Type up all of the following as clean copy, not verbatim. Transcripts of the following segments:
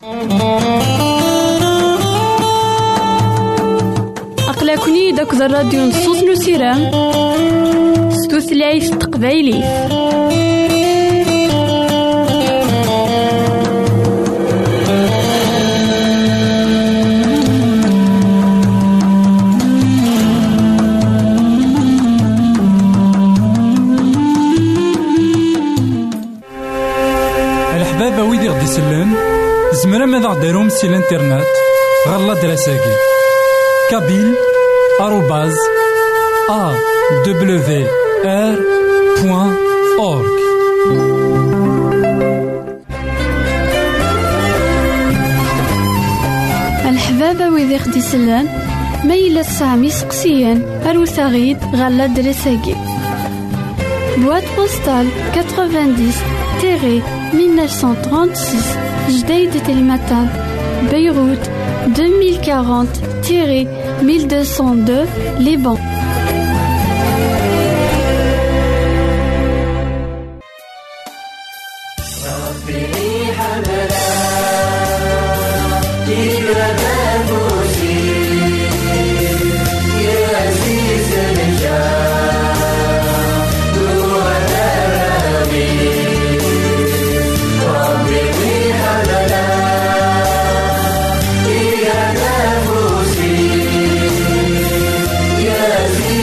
أقلكني داك الراديو نصوص نسيرام ستوثلايف تقبايلي. الحبابة ويدي غدي يسلم زمرا ماذا غديرهم سي الانترنت غالا دراساكي kabyle@awr.org. الحبابة ويدي غدي يسلم ما إلا تسعمي سقسيان أروثاغيد غالا دراساكي boîte postale 90-1936 Jdeï de Telmatan Beyrouth 2040-1202 Liban. Yeah.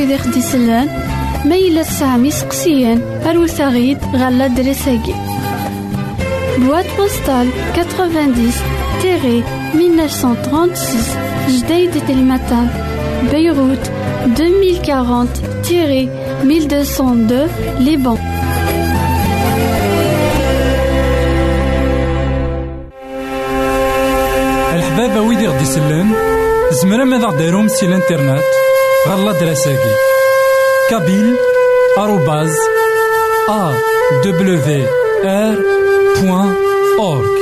ويدي خدي سلان ميلا سامي سقسيان أروثاغيد غالا دريساكي بواد بوستال 90-1936 جديد تلمتان بيروت 2040-1202 لبنان. الحبابة ويدي غدي سلان زمرا ماذا غديرهم سي الانترنت غالا دراساكي كابيل @awr.org.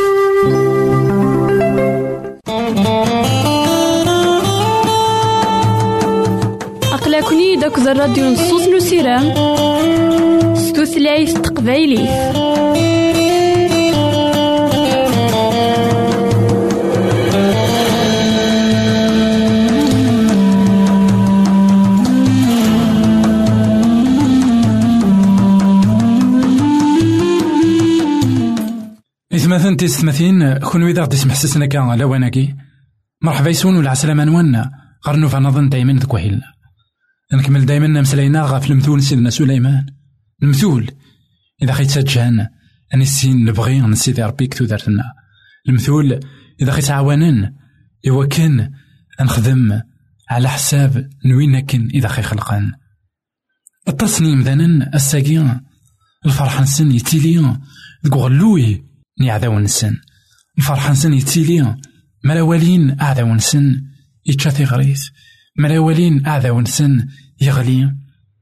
أقلكني داك الراديو نصوص نسيرام ستوثلايف تقبايلي. مثلا تيستمثين كون ويدا غدي يسمح سسنا كاع لواناكي مرحبا يسون ولا عسلامة نوانا غرنو فنظن دايما ذك وهيلنا نكمل دايما مسلاينا غا في المثول سيدنا سليمان المثول إذا خيت سجان أني السين نبغي نسيدي ربي كتو دارتنا المثول إذا خيت عوانن إوا كان نخدم على حساب نوين كن إذا خي خلقان التصنيم ذنن الساقين الفرحان سن يتيليون ذك غلوي نعذاو نسن الفرحان سن يتيليون ملاوالين أعذاو نسن يتشاثي غريث ملاوالين أعذاو نسن يغلي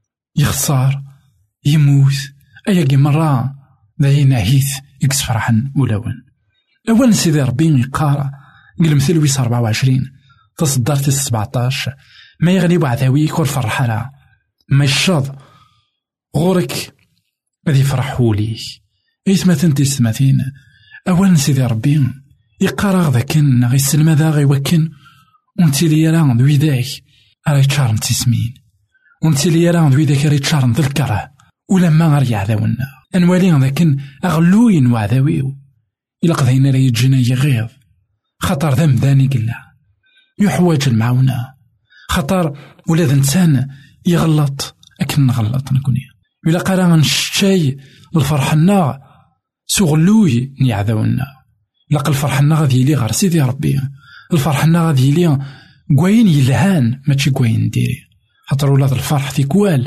يخسر يموت أياقي مرة ذاي نعيث يكس فرحا ولاون أولا سيدي ربي يقارا قل مثل ويس 24 تصدرت 17 ما يغلي عذاوي كل فرحة لا ما يشاض غورك غادي يفرحوا ليك إيثمثن تيستمثين أولا سيدي ربي يقارا غدا كن غي السلمى ذا غي وكن ونتي لي راه ذوي ذاك راهي تشارم تسمين ونتي لي راه ذوي ذاك راهي تشارم ذا الكره ولما غير يعذاونا أنوالي ذاكن أغلوين وعذاويو إلا قضينا راه يجينا يغيظ خطر ذا مداني قلا يحواج المعونة خطر ولاد إنسان يغلط أكن نغلط نكوني إلا قرا نشتاي الفرحنا سغلوي نيعذاونا لقى الفرحنا غادي يلي غير سيدي ربي الفرحنا غادي يلي كواين يلهان ماشي كواين ديري خاطر ولاد الفرح تيكوال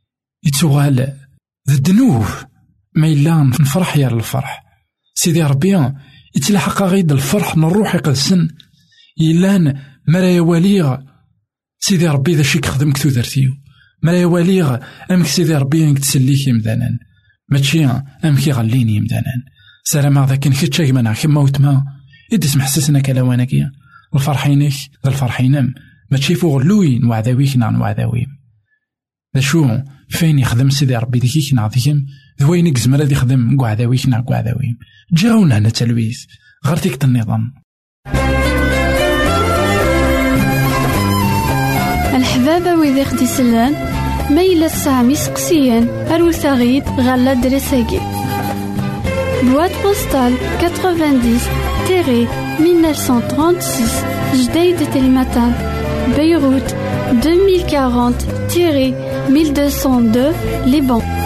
يتوغال الذنوب ما إلا نفرح يا الفرح سيدي ربي يتلحق غيد الفرح نروح يقدسن يلان مرايا واليغ سيدي ربي ذا شي كخدم كتو درتيو مرايا واليغ أمك سيدي ربي نتسليك يمدانا ماشي أمك يغليني يمدانا سلام ذاك نكتشا كما كما وتما إدي سمح سسنا كلاوانكيا الفرحينك ذا الفرحينم ماشي فوق لوين وعذاويك نعن وعذاويم ذا شو فين يخدم سيدي ربي ديكيك نعطيهم ذوينك زمرا دي يخدم قعذاويك نعن قعذاويم جاونا هنا تلويث غرتيك النظام الحبابة ويدي خدي سلان ميلا سامي سقسيان أروثاغيد غالا دريساكي بواد بوستال 90-1936 جديد تلمتان بيروت 2040-1202 لبنان.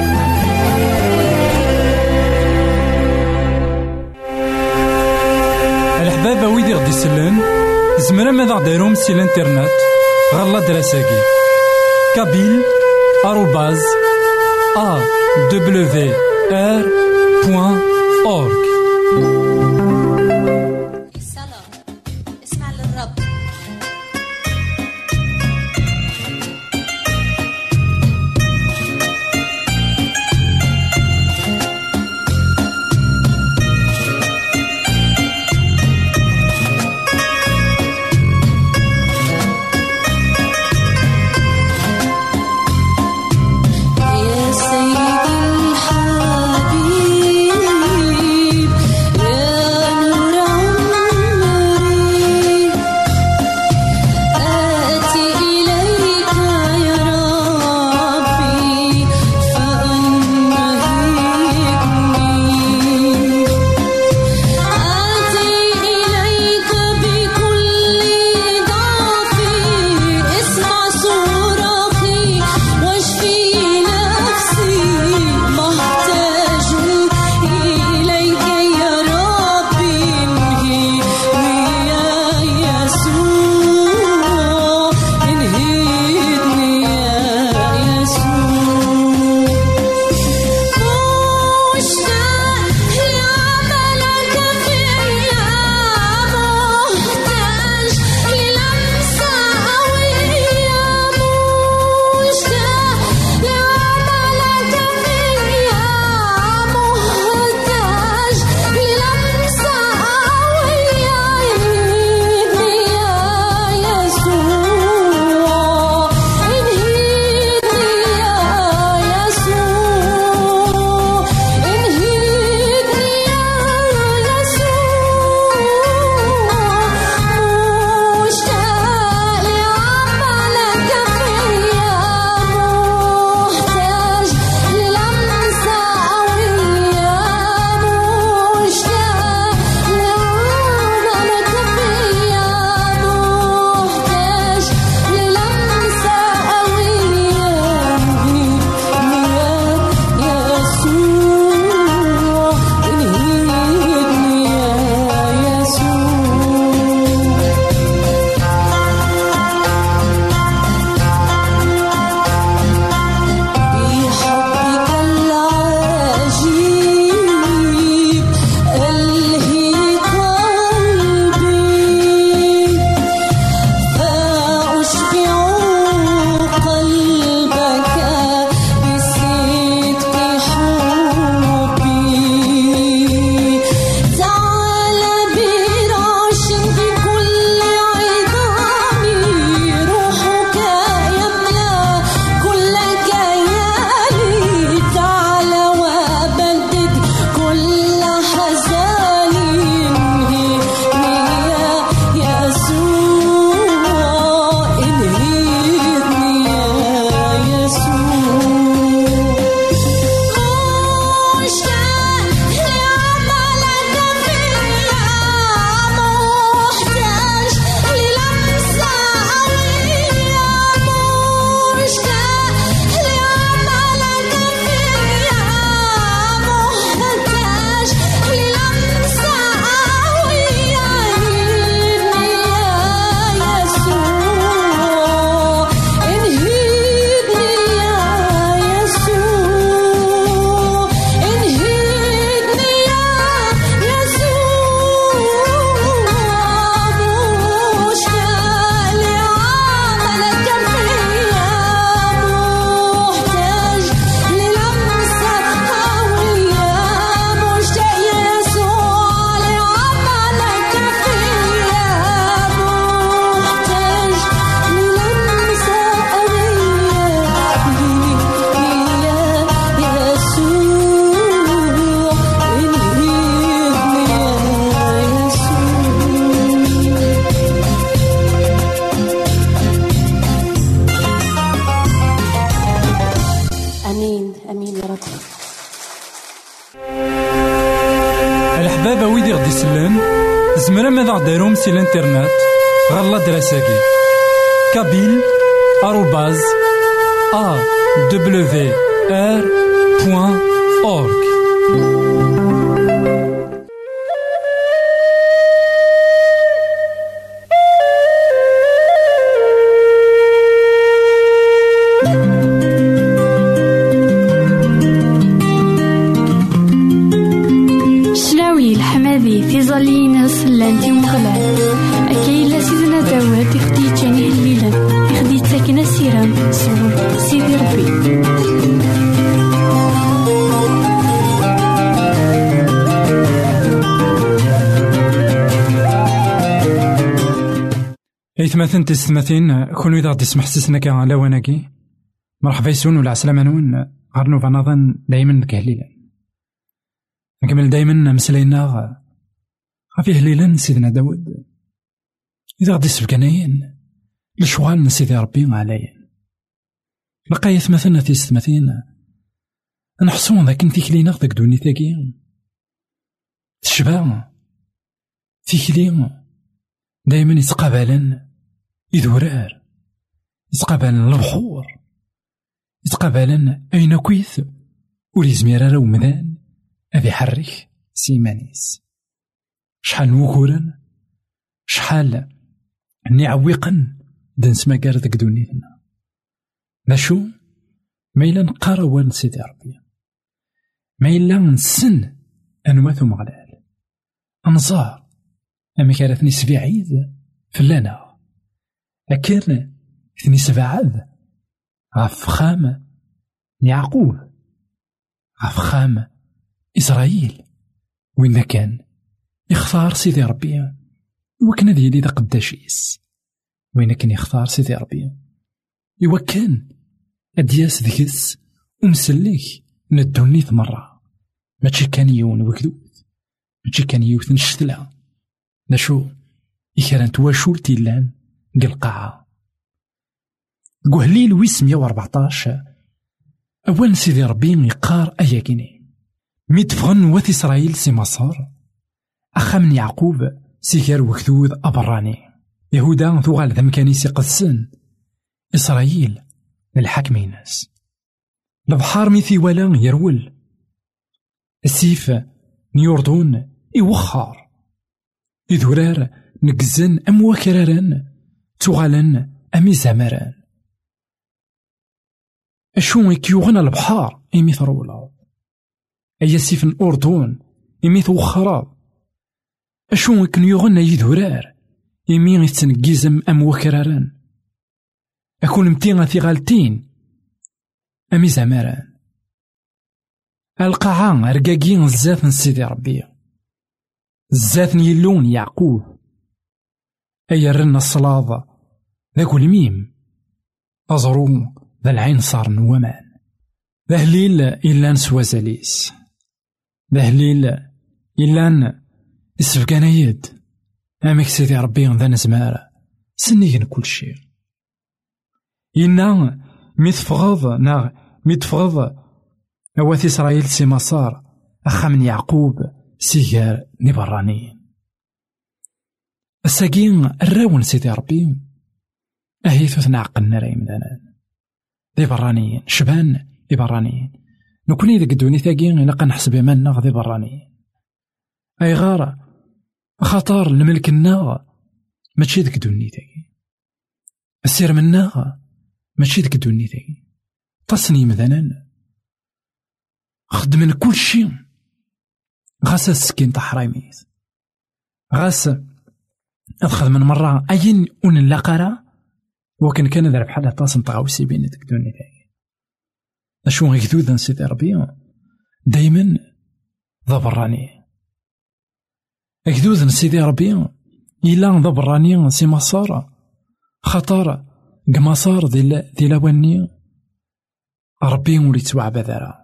الحبابة ويدي غدي سلان زمرا ماذا غديرهم سي الانترنت غالا دراساكي كابيل @awr.org. يا سيدي الحبيب بابا ويدي غدي يسلم زمرا ماذا غديرهم سي الانترنت غالا دراساكي كابيل @awr.org. تيزالينا سلانتي ومغلال أكايلا سيدنا داوود يخدي جاني الليلة يخدي تاكنا سيران صور سيدي ربي. إيثماثن تستماثين كون إذا غدي يسمح سسنا كا على وناكي مرحبا يسون ولا عسلامة نون غارنو فنظن دايما كهليلا نكمل دايما مسلينا غافي هليلا سيدنا داود إذا غدي يسبقناين لشوال سيدي ربي عليا بقى يثمثلنا تيستماثين نحسون ذاك نتيكلينا ذاك دوني ثاكي تشبع تيكلي دايما يتقابلن يدورار يتقابلن البحور يتقابلن أين كويث وليزمير راه ومدان أبي حرك سيمانيس شحال نوكورن شحال نعوقن دنس مكار ذاك دونيتنا ناشو ما إلا نقراوان سيدي ربي ما إلا نسن أنواث مغلال أنظار أما كانتني سبعيد فلانا أكرنا ثني سبعاد غفخام يعقوب غفخام إسرائيل وين كان يختار سيدي ربي وكان ديالي دا قداشيس وين كان يختار سيدي ربي يوكان أدياس ذكس ومسليك ندوني مرة ماشي كان يون وكذوذ ماشي كان يوث نشتلا نشو إكرانت واشول تيلان قلقاعة قهليل ويس 114 أول سيدي ربي يقار أياكيني ميتفغن وث إسرائيل سي مصر أخا من يعقوب سيكار وكذوذ أبراني يهودا ثوغال ذمكاني سيقدسن إسرائيل للحاكميناس البحار ميثي ولا يرول السيف نيوردون إوخار إذورار نقزن أم وكرارن تغالن أمي زمران أشو يكيوغن البحار إمي ثرولا أي سيف الأردن إمي ثوخرا أشو يكيوغن يذورار إمي يتنقزم أم وكرارن أكون متيغا ثغالتين أمي زمران القاعة رقاقين الزاث سيدي ربي الزاث يلون يعقوب أي رن الصلاة ذاك الميم أزرو ذا العين صار نوامان ذا هليل إلا نسوى زاليس ذا هليل إلا إسفقانا يد أمك سيدي ربي ذا نزمار سنيغن كل شيء إنا ميتفغض أواث إسرائيل سي مصار أخا من يعقوب سيجار نبرانيين الساقين الراون سيدي ربي أهيثو ثنعقلنا راي مدانا ذي برانيين شبان ذي برانيين نكوني ذا قدوني ثاقين إلا نحسب يمانا ذي برانيين أي غارة خطار الملك الناغ ماشي ذا قدوني ثاقين السير من ناغ ماشي ذا قدوني ثاقين تصني مدانا خدمن كل شيء غاس السكين تحريميت غاس أدخل من مرة أين أون لاقرا وكان ذا بحال طاسم طاوسي بين تكدوني ثاني أشو غيكذوذ سيدي ربي دايما ذا براني غيكذوذ سيدي ربي إلا ذا براني سي مصار خطر قمصار ذي لواني ربي ولي توع بذرة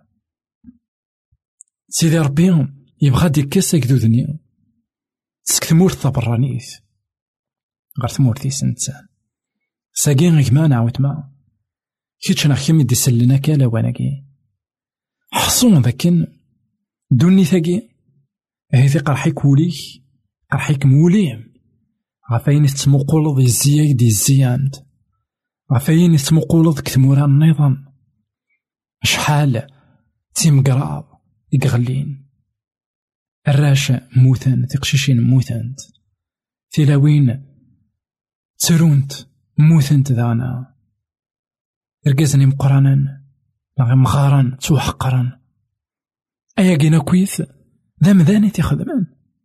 سيدي ربي يبغى ديكاس كدودني تسكتمور ثبرانيث غير ثمورتي سنتسان ساقين غيما نعاود ما كيتش نخيم يدي سلنا كالا واناكي حصون ذاكن دوني ثاقي هذي قرحيك وليك قرحيك موليم غفاين تسمقولض الزياك دي الزياند غفاين تسمقولض كتمورا النظام شحال تيمقراض يقغلين الراشا موثان تقشيشين موثانت تلاوين ترونت موثانت ذانا رقازني مقرانا باغي مغارا توحقرا ايا قينا كويث ذا مذاني تيخدمان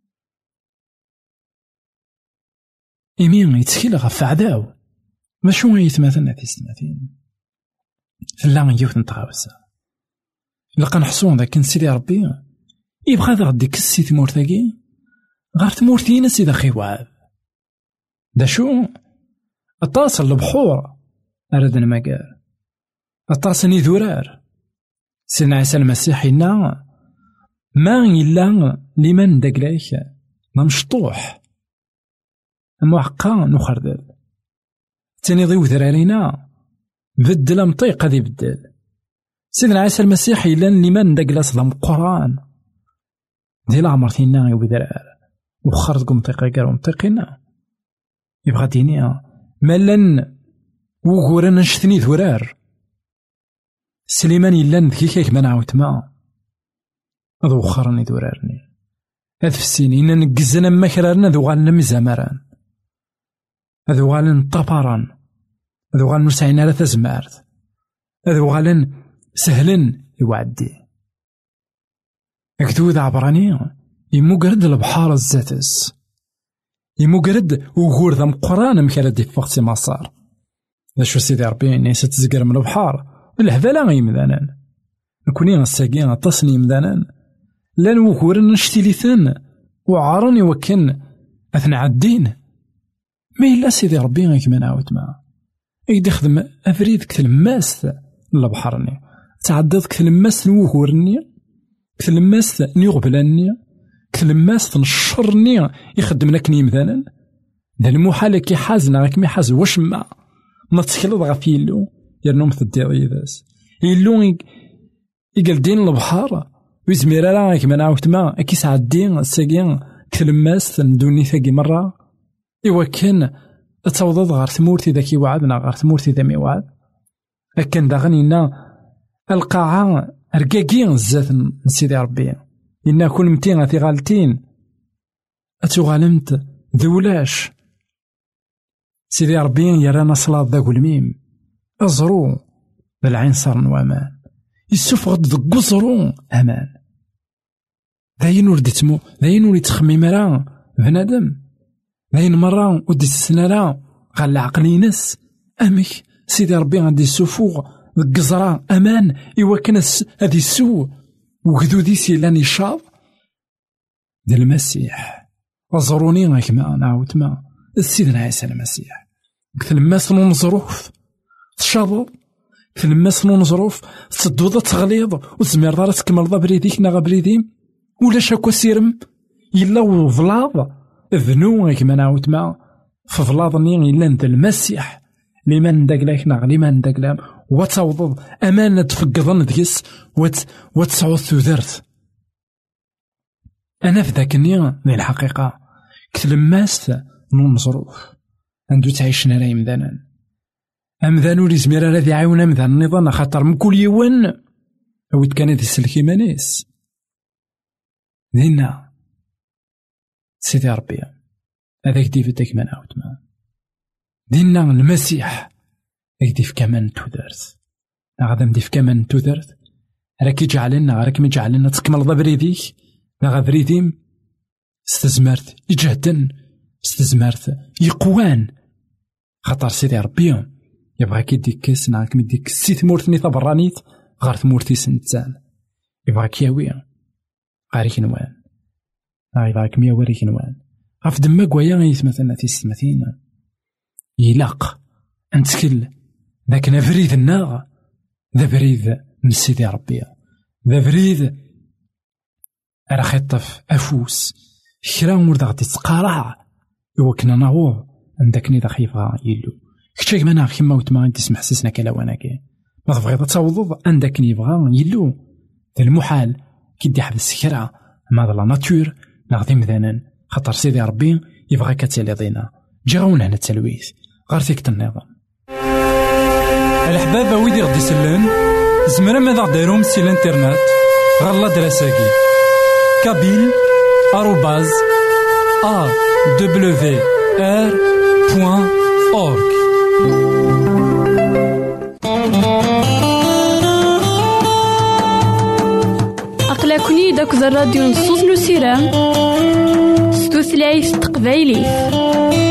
إمين يتسكيل غف عداو ماشو يتماثلنا تيستماثين فلا يوث نتغاوسا لقا نحصون ذاك نسيدي ربي يبغى ذا غدي كسي تمورتاكي غار تمورتينا سيدا خيواب دا شو اتصل البحور أردنا مقال اتصني ذرار سيدنا عيسى المسيح إنا ما إلا لمن دقلايك نمشطوح أما حقا نخردل تاني ضيو ذرارينا بدل مطيق هذي بدل سيدنا عيسى المسيح إلا لمن دقلاس ضم قرآن دي العمر ثينا يوبي ذرار وخرجكم مطيقة قالوا مطيقنا يبغى دينيا مالن وغورنا نشتني ذرار سليمان إلا نذكيك من عاوت ما هذا وخرني ذرارني هذا في السنين إن نقزنا مكررنا ذو غالنا مزامران هذو غالن طباران هذو غالن مسعين على تزمارت هذو غالن سهلن يوعدي اكتو ذا عبراني يمقرد البحار الزاتس يمقرد وغور ذا مقران مكالد يفقسي مصار ذا شو سيدي ربي نيسا تزقر من البحار بالهذا لا يمذانان نكوني غساقين تصني يمذانان لان وغور نشتي لثان وعارني وكن أثنى عدين ما إلا سيدي ربي غيك ما نعاود معاه يدي خدم أفريد كتلماس لبحرني تعدد كتلماس نوهورني كتلماس نيغبلاني كتلماس نشرني يخدم لك نيمذانا ذا المحال كي حازنا غاك مي حاز واش ما تسكلض غا في يلو يرنوم تدير ذاس يلو يقال دين البحر ويزمير راه غاك ما نعاود معاه كي سعدين الساقين كتلماس ندوني ثاقي مرة إوا كان تصوضض غار ثمورتي ذاك يوعدنا غار ثمورتي ذا ميوعد أكن داغنينا القاعة رقاقين زات نسيدي ربي إنا كل متين في غالتين أتغالمت ذولاش سيدي ربي يرانا صلاة ذاك الميم أزرو بالعين صار نوامان يسفغد ذاك قزرو أمان ذاين وردتمو ذاين ولي تخميم راه بنادم ذاين مرة ودي السنة غال عقلينس أمك سيدي ربي غادي السفوغ القزرة أمان إوا كنس هادي السو وكذو سيلان يشاط ذا المسيح وزروني غاك ما نعاود ما سيدنا عيسى المسيح كثلماس نظروف تشاضو كثلماس نظروف تصدوض تغليظ وتزمير دار تكمل ضا بريديك نا بريديم ولا شاكو سيرم إلا وظلاض ذنو غاك ما نعاود ما فظلاضني إلا ذا المسيح لمن داكلاك ناغ لمن داكلام وتوضض أمانة تفقضن ديس وتسعود ثوذرت أنا في ذاك النية ذي الحقيقة كتلماس نون مصروف عندو تعيشنا لا يمذانا أمذانو لي زميرا الذي عاونا مذان النظام خاطر من كل يوان أود كان هذي السلكي مانيس دينا سيدي ربي هذاك ديفتك من عاود ما دينا المسيح يديف كمان تودرت غادا نديف كمان تودرت راك يجعلنا راك ما يجعلنا تكمل ضبريديك غا بريديم استزمرت يجهدن استزمرت يقوان خاطر سيدي ربي يبغاك يديك كاس ناك مديك سي ثمورتني تبرانيت غار ثمورتي سنتان يبغاك ياوي غاريك نوان يبغاك ميا وريك نوان غاف دما كوايا يتمثلنا تيستمثين يلاق انتكل ذاك نفريد الناغ ذا بريد من سيدي ربي ذا بريد راه خيطف أفوس كرا مورد غادي تقارع إوا كنا نعوض عندكني ذا خيفا يلو كتشاك مانا كيما وتما غادي تسمح سيسنا كلاواناكي ما تبغي تعوض عندكني يبغى يلو ذا المحال كي دي حبس كرا ما لا ناتور نغذي مثلا خاطر سيدي ربي يبغى كتسالي ضينا جي غاونا هنا التلويث غير فيك النظام. الحباب ويدي غدي يسلن زمرا ماذا غديرهم سي الانترنت غير لادراساكي kabyle@awr.org. أقلكني داك الراديو نصوص نسيران ستوثلايف تقبايلي.